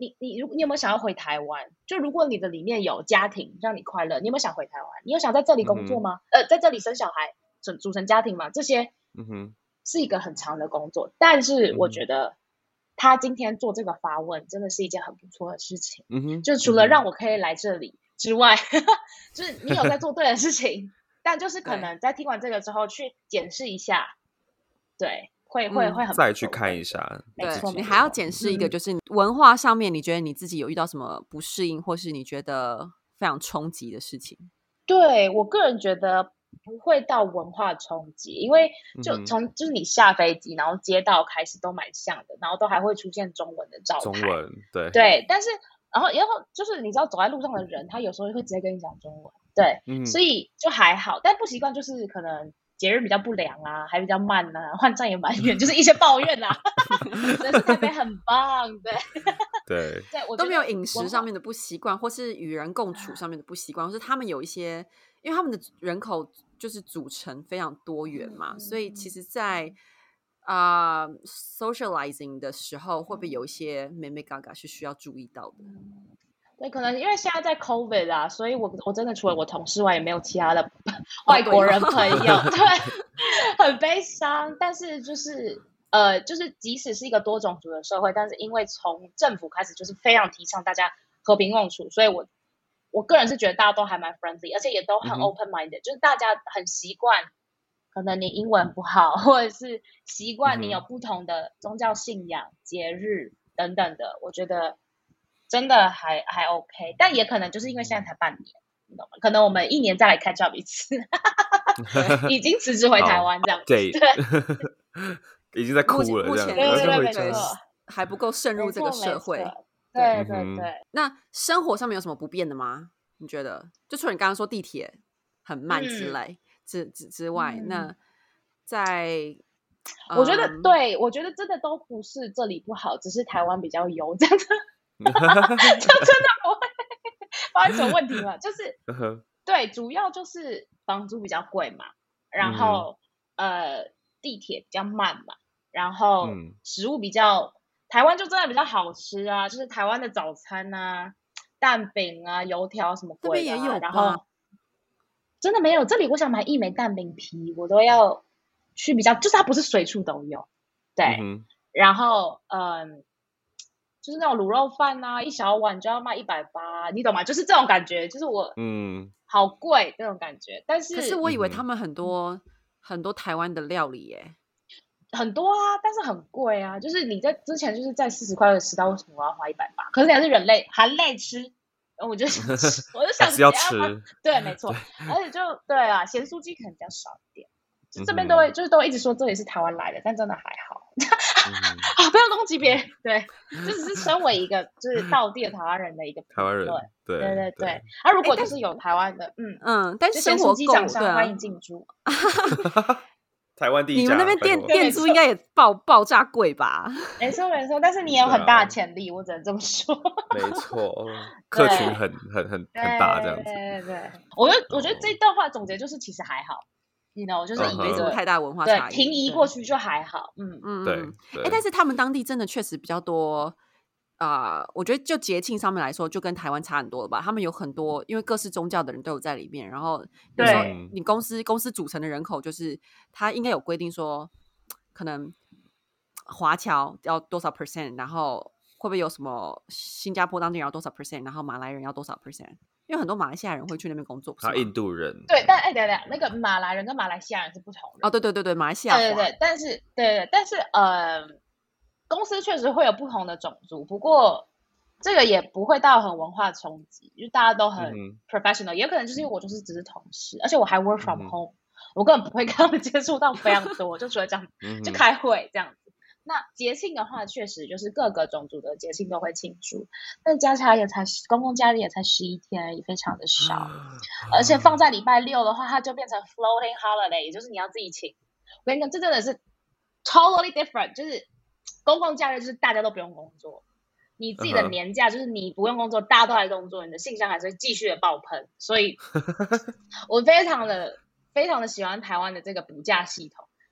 Speaker 3: 你你如你有没有想要回台湾？就如果你的里面有家庭让你快乐，你有没有想回台湾？你有想在这里工作吗？嗯、呃，在这里生小孩，组组成家庭吗？这些，嗯哼，是一个很长的工作。但是我觉得他今天做这个发问，真的是一件很不错的事情。嗯哼，就除了让我可以来这里之外，就是你有在做对的事情，但就是可能在听完这个之后去检视一下，对。会会会很
Speaker 2: 再去看一下，
Speaker 1: 对，你还要检视一个，就是文化上面，你觉得你自己有遇到什么不适应，或是你觉得非常冲击的事情？
Speaker 3: 对，我个人觉得不会到文化冲击，因为就从、嗯、就是你下飞机，然后街道开始都蛮像的，然后都还会出现中文的招牌，
Speaker 2: 中文对
Speaker 3: 对，但是然后然后就是你知道走在路上的人，他有时候会直接跟你讲中文，对，嗯、所以就还好，但不习惯就是可能。节日比较不良啊，还比较慢啊，换站也蛮远，就是一些抱怨啦。但是台北很棒，对
Speaker 2: 对
Speaker 3: 对，我
Speaker 1: 都没有饮食上面的不习惯，或是与人共处上面的不习惯，或是他们有一些，因为他们的人口就是组成非常多元嘛，嗯、所以其实在，在啊、uh, socializing 的时候，会不会有一些眉眉角角是需要注意到的？
Speaker 3: 对，可能因为现在在 COVID 啊，所以我我真的除了我同事外，也没有其他的外国人朋友，对，很悲伤。但是就是呃，就是即使是一个多种族的社会，但是因为从政府开始就是非常提倡大家和平共处，所以我我个人是觉得大家都还蛮 friendly， 而且也都很 open minded，、嗯、就是大家很习惯，可能你英文不好，或者是习惯你有不同的宗教信仰、节日等等的，我觉得。真的还还 OK， 但也可能就是因为现在才半年，你懂吗？可能我们一年再来 catch up 一次，已经辞职回台湾这样子，对，
Speaker 2: 已经在哭了这样子，
Speaker 3: 对对对，没错，
Speaker 1: 还不够渗入这个社会，
Speaker 3: 对对对。
Speaker 1: 那生活上面有什么不便的吗？你觉得？就除了你刚刚说地铁很慢之类、嗯、之之之外，嗯、那在。
Speaker 3: 我觉得、嗯、对，我觉得真的都不是这里不好，只是台湾比较油，真的。就真的不会发生什么问题嘛？就是对，主要就是房租比较贵嘛，然后、嗯、呃地铁比较慢嘛，然后食物比较、嗯、台湾就真的比较好吃啊，就是台湾的早餐啊、蛋饼啊、油条什么贵的、啊，
Speaker 1: 这边也有，
Speaker 3: 然后真的没有，这里我想买一枚蛋饼皮，我都要去比较，就是它不是随处都有，对，嗯、然后嗯。就是那种卤肉饭啊，一小碗就要卖一百八，你懂吗？就是这种感觉，就是我嗯，好贵这种感觉。但是
Speaker 1: 可是我以为他们很多、嗯、很多台湾的料理耶，
Speaker 3: 很多啊，但是很贵啊。就是你在之前就是在四十块的吃到，为什么我要花一百八？可是你还是人类含泪吃，我就想吃，我就想
Speaker 2: 是要吃，
Speaker 3: 对，没错。而且就对啊，咸酥鸡可能比较少一点。就这边都会、嗯、就是都会一直说这里是台湾来的，但真的还好。嗯、啊，不要攻击别人，对，就只是身为一个就是道地的台湾人的一个
Speaker 2: 台湾人，
Speaker 3: 对对对对。啊，如果就是有台湾的，嗯
Speaker 1: 嗯，但是生活
Speaker 3: 机场上欢迎进驻。
Speaker 2: 台湾第一家，
Speaker 1: 你们那边店店租应该也爆爆炸贵吧？
Speaker 3: 没错没错，但是你有很大的潜力，我只能这么说。
Speaker 2: 没错，客群很很很很大这样子。
Speaker 3: 对对对，我觉得我觉得这一段话总结就是其实还好。You know, 就是以
Speaker 1: 没什么太大文化差异，
Speaker 3: 对，平移过去就还好，嗯
Speaker 2: 嗯，对，哎、
Speaker 1: 欸，但是他们当地真的确实比较多啊、呃，我觉得就节庆上面来说，就跟台湾差很多了吧？他们有很多，因为各式宗教的人都有在里面，然后有时候你公司公司组成的人口，就是他应该有规定说，可能华侨要多少 percent， 然后会不会有什么新加坡当地人要多少 percent， 然后马来人要多少 percent？因为很多马来西亚人会去那边工作，
Speaker 2: 他印度人
Speaker 3: 对，但哎，等等，那个马来人跟马来西亚人是不同的
Speaker 1: 哦，对对对对，马来西亚
Speaker 3: 对对对，但是对对，但是呃，公司确实会有不同的种族，不过这个也不会到很文化冲击，就大家都很 professional，、嗯、也有可能就是因为我就是只是同事，而且我还 work from home，、嗯、我根本不会跟他们接触到非常多，就除了这样，就开会这样子。那节庆的话，确实就是各个种族的节庆都会庆祝，但加起来也才公共假日也才十一天，也非常的少。而且放在礼拜六的话，它就变成 floating holiday， 也就是你要自己请。我跟你讲，这真的是 totally different， 就是公共假日就是大家都不用工作，你自己的年假就是你不用工作，大家都来工作，你的信箱还是会继续的爆喷。所以，我非常的非常的喜欢台湾的这个补假系统。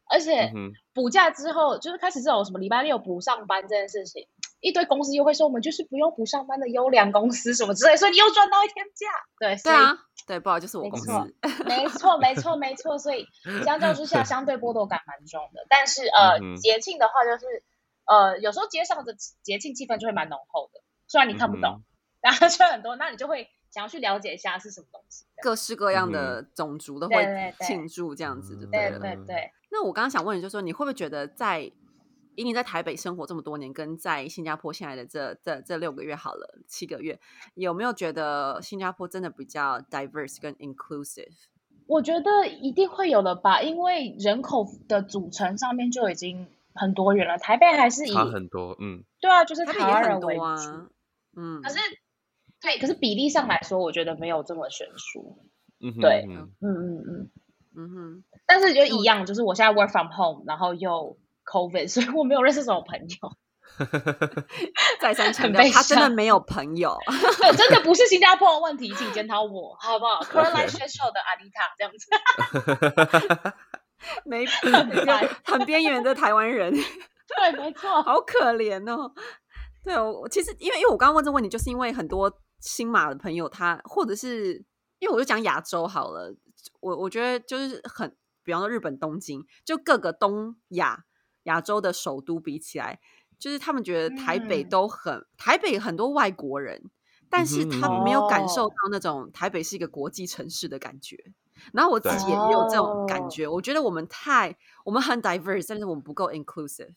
Speaker 3: 而且补假之后，就是开始这种什么礼拜六补上班这件事情，一堆公司又会说我们就是不用补上班的优良公司什么之类，所以你又赚到一天假。对，
Speaker 1: 对啊，对，不好，就是我公司。
Speaker 3: 没错，没错，没错。所以相较之下，相对剥夺感蛮重的。但是呃，嗯、节庆的话，就是呃，有时候街上的节庆气氛就会蛮浓厚的，虽然你看不懂，嗯、然后就很多，那你就会想要去了解一下是什么东西。
Speaker 1: 各式各样的种族都会庆祝这样子，对不对？
Speaker 3: 对对对。
Speaker 1: 那我刚刚想问你，就是说你会不会觉得在以你在台北生活这么多年，跟在新加坡现在的这这这六个月好了，七个月，有没有觉得新加坡真的比较 diverse 跟 inclusive？
Speaker 3: 我觉得一定会有的吧，因为人口的组成上面就已经很多元了。台北还是以
Speaker 2: 差很多，嗯，
Speaker 3: 对啊，就是台湾人为主，
Speaker 1: 啊、嗯，
Speaker 3: 可是对，可是比例上来说，我觉得没有这么悬殊。
Speaker 2: 嗯哼，
Speaker 3: 对，嗯嗯嗯
Speaker 1: 嗯嗯哼，
Speaker 3: 但是就一样，就是我现在 work from home， 然后又 COVID， 所以我没有认识什么朋友。
Speaker 1: 再三强调，他真的没有朋友。
Speaker 3: 对，真的不是新加坡的问题，请检讨我，好不好？可能来学校的阿丽塔这样子。
Speaker 1: 没很边缘的台湾人。
Speaker 3: 对，没错，
Speaker 1: 好可怜哦。对，我其实因为因为我刚刚问这个问题，就是因为很多新马的朋友他，或者是因为我就讲亚洲好了，我我觉得就是很，比方说日本东京，就各个东亚亚洲的首都比起来，就是他们觉得台北都很、嗯、台北很多外国人，但是他没有感受到那种台北是一个国际城市的感觉。然后我自己也没有这种感觉，我觉得我们太我们很 diverse， 但是我们不够 inclusive。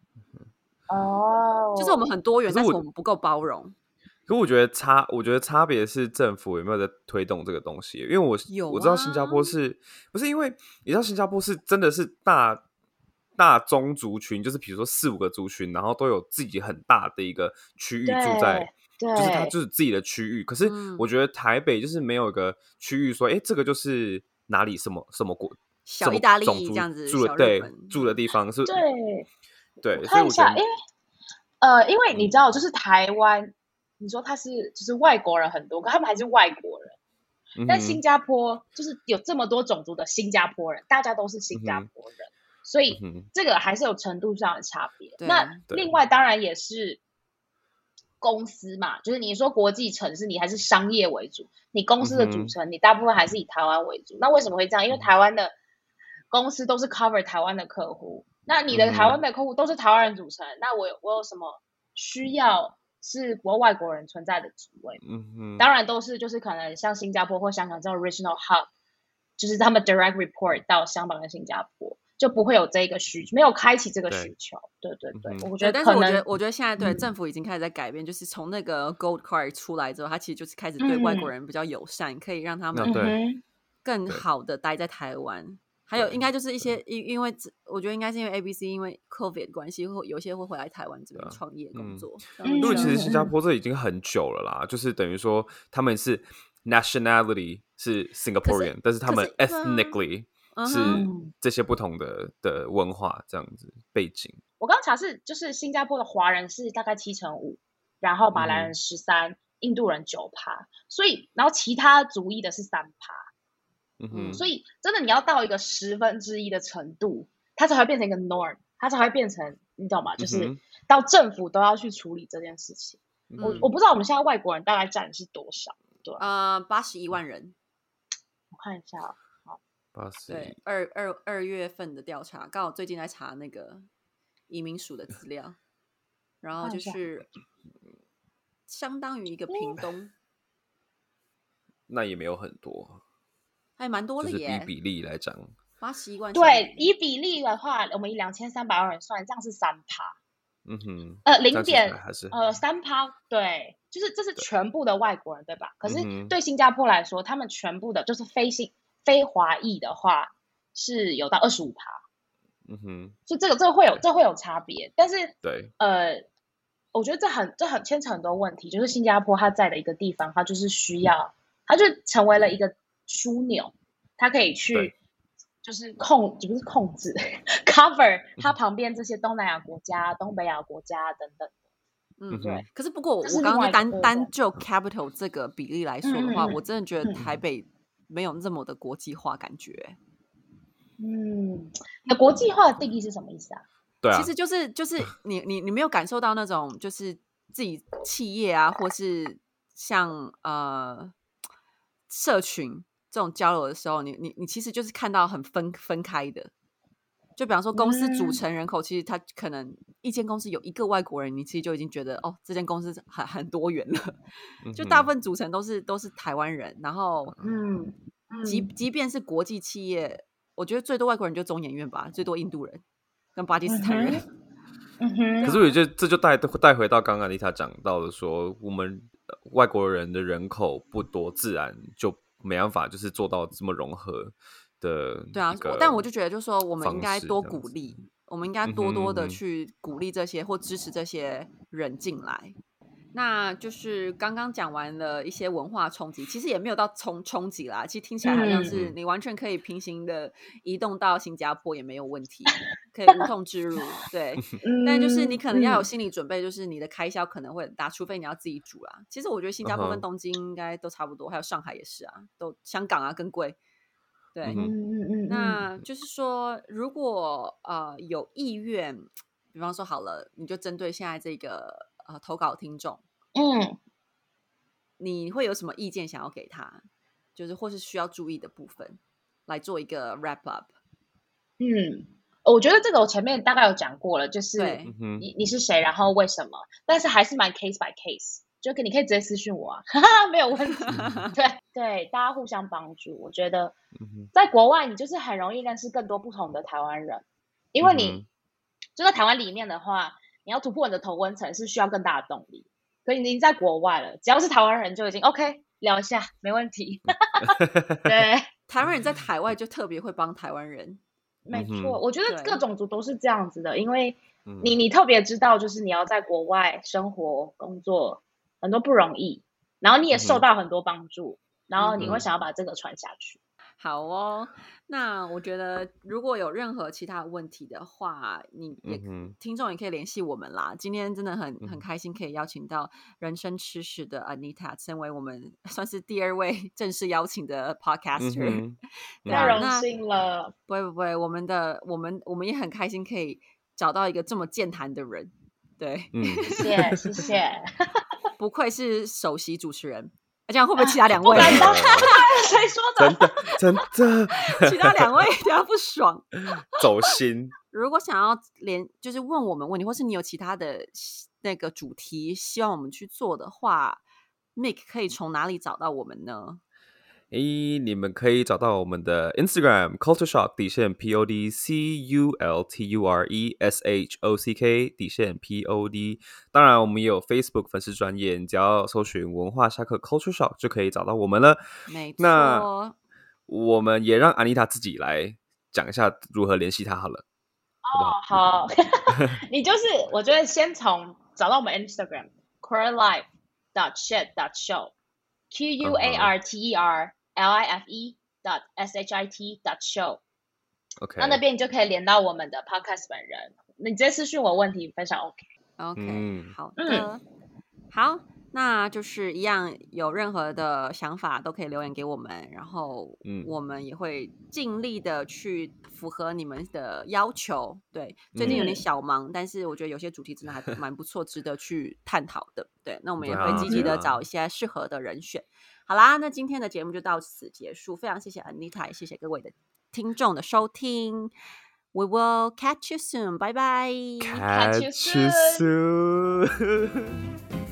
Speaker 3: 哦，
Speaker 1: 就是我们很多元，但是我们不够包容。
Speaker 2: 可我觉得差，我觉得差别是政府有没有在推动这个东西。因为我、
Speaker 1: 有啊、
Speaker 2: 我知道新加坡是不是因为你知道新加坡是真的是大大宗族群，就是比如说四五个族群，然后都有自己很大的一个区域住在，就是它就是自己的区域。可是我觉得台北就是没有一个区域说，哎、嗯，这个就是哪里什么什么国
Speaker 1: 小意大利这样子
Speaker 2: 住的对住的地方是，
Speaker 3: 对。
Speaker 2: 对，
Speaker 3: 我看一下，因为呃，因为你知道，就是台湾，嗯、你说他是就是外国人很多，可他们还是外国人。嗯、但新加坡就是有这么多种族的新加坡人，大家都是新加坡人，嗯、所以这个还是有程度上的差别。那另外当然也是公司嘛，就是你说国际城市，你还是商业为主，你公司的组成，嗯、你大部分还是以台湾为主。那为什么会这样？因为台湾的公司都是 cover 台湾的客户。那你的台湾的客户都是台湾人组成，嗯、那我有我有什么需要是国外国人存在的职位？嗯嗯，当然都是就是可能像新加坡或香港这种 regional hub， 就是他们 direct report 到香港跟新加坡，就不会有这个需没有开启这个需求。对对 对, 对，嗯、我觉得
Speaker 1: 但是我觉得我觉得现在对、嗯、政府已经开始在改变，就是从那个 Gold Card 出来之后，它其实就是开始对外国人比较友善，嗯、可以让他们更好的待在台湾。还有应该就是一些因因为我觉得应该是因为 A B C 因为 COVID 的关系，会有些会回来台湾这边创业工作。
Speaker 2: 因为、嗯、其实新加坡这已经很久了啦，就是等于说他们是 nationality 是 Singaporean， 是但是他们 ethnically 是, 是这些不同的的文化这样子背景。
Speaker 3: 我刚查是就是新加坡的华人是大概七成五，然后马来人十三、嗯，印度人九趴，所以然后其他族裔的是三趴。嗯哼，所以真的你要到一个十分之一的程度，它才会变成一个 norm， 它才会变成你知道吗？就是到政府都要去处理这件事情。嗯、我我不知道我们现在外国人大概占是多少，对吧？
Speaker 1: 呃，八十一万人。
Speaker 3: 我看一下，好，
Speaker 2: 八十
Speaker 1: 对，二二二月份的调查，刚好最近在查那个移民署的资料，然后就是相当于一个屏东，
Speaker 2: 那也没有很多。
Speaker 1: 还蛮多的耶，
Speaker 2: 就是以比例来讲，
Speaker 1: 八十一万。
Speaker 3: 对，以比例的话，我们以两千三百万人算，这样是三趴。
Speaker 2: 嗯哼，
Speaker 3: 呃，零点呃三趴，对，就是这是全部的外国人，对吧？可是对新加坡来说，他们全部的就是非新非华裔的话，是有到二十五趴。嗯哼，所以这个这个会有这会有差别，但是
Speaker 2: 对，
Speaker 3: 呃，我觉得这很这很牵扯很多问题，就是新加坡它在的一个地方，它就是需要，它就成为了一个枢纽，它可以去就是控，就不是控制 ，cover 它旁边这些东南亚国家、东北亚国家等等。
Speaker 1: 嗯，对。可是不过我我刚刚单单就 capital 这个比例来说的话，嗯、我真的觉得台北没有这么的国际化感觉。
Speaker 3: 嗯，那国际化的定义是什么意思啊？
Speaker 2: 对啊，
Speaker 1: 其实就是就是你你你没有感受到那种就是自己企业啊，或是像呃社群这种交流的时候，你你你其实就是看到很分分开的。就比方说公司组成人口，其实它可能一间公司有一个外国人，你其实就已经觉得哦，这间公司很很多元了。就大部分组成都是都是台湾人，然后
Speaker 3: 嗯，
Speaker 1: 即即便是国际企业，我觉得最多外国人就中研院吧，最多印度人跟巴基斯坦人。
Speaker 3: 嗯哼，
Speaker 2: 可是我觉得这就带带回到刚刚丽塔讲到的说，我们外国人的人口不多，自然就没办法就是做到这么融合的。
Speaker 1: 对啊，但我就觉得就是说，我们应该多鼓励，我们应该多多的去鼓励这些或支持这些人进来。那就是刚刚讲完了一些文化冲击，其实也没有到冲冲击啦，其实听起来好像是你完全可以平行的移动到新加坡也没有问题，可以无痛置入。对，但就是你可能要有心理准备，就是你的开销可能会很大，除非你要自己煮啦。其实我觉得新加坡跟东京应该都差不多，还有上海也是啊，都香港啊更贵。对，嗯嗯，那就是说，如果呃有意愿，比方说好了，你就针对现在这个呃投稿听众，嗯，你会有什么意见想要给他？就是或是需要注意的部分，来做一个 wrap up。
Speaker 3: 嗯，我觉得这个我前面大概有讲过了，就是你你是谁，然后为什么，但是还是蛮 case by case。就你可以直接私讯我啊，没有问题。对对，大家互相帮助。我觉得在国外你就是很容易认识更多不同的台湾人，因为你就在台湾里面的话，你要突破你的头温层是需要更大的动力。可是你在国外了，只要是台湾人就已经 OK， 聊一下没问题。对，
Speaker 1: 台湾人在海外就特别会帮台湾人。
Speaker 3: 没错，我觉得各种族都是这样子的，因为你你特别知道，就是你要在国外生活工作。很多不容易，然后你也受到很多帮助，嗯、然后你会想要把这个传下去。
Speaker 1: 好哦，那我觉得如果有任何其他的问题的话，你也、嗯、听众也可以联系我们啦。今天真的很很开心，可以邀请到人生吃屎的 Anita 成为我们算是第二位正式邀请的 podcaster，、嗯、
Speaker 3: 太荣幸了。
Speaker 1: 不会不会，我们的我们我们也很开心可以找到一个这么健谈的人。对，
Speaker 3: 嗯，谢谢谢谢。
Speaker 1: 不愧是首席主持人，这样会不会其他两位？
Speaker 3: 谁说
Speaker 2: 的？真的真的，
Speaker 1: 其他两位比较不爽，
Speaker 2: 走心。
Speaker 1: 如果想要连就是问我们问题，或是你有其他的那个主题希望我们去做的话 ，Mick 可以从哪里找到我们呢？
Speaker 2: 诶，你们可以找到我们的 Instagram Culture Shock 底线 P O D C U L T U R E S H O C K 底线 P O D。当然，我们也有 Facebook 粉丝专页，只要搜寻文化下课 Culture Shock 就可以找到我们了。
Speaker 1: 没错，
Speaker 2: 那我们也让 Anita 自己来讲一下如何联系她好了。
Speaker 3: 哦，好，你就是我觉得先从找到我们 Instagram queerlife dot shit dot show Q U A R T E R L I F E dot S H I T dot show
Speaker 2: OK，
Speaker 3: 那那边你就可以连到我们的 podcast 本人，你直接私讯我问题分享 OK
Speaker 1: OK、嗯、好的、嗯、好，那就是一样，有任何的想法都可以留言给我们，然后我们也会尽力的去符合你们的要求。对，最近有点小忙、嗯、但是我觉得有些主题真的还蛮不错值得去探讨的。对，那我们也会积极的找一些适合的人选、啊啊、好啦，那今天的节目就到此结束，非常谢谢 Anita， 也谢谢各位的听众的收听。We will catch you soon. Bye bye.
Speaker 2: Catch you soon.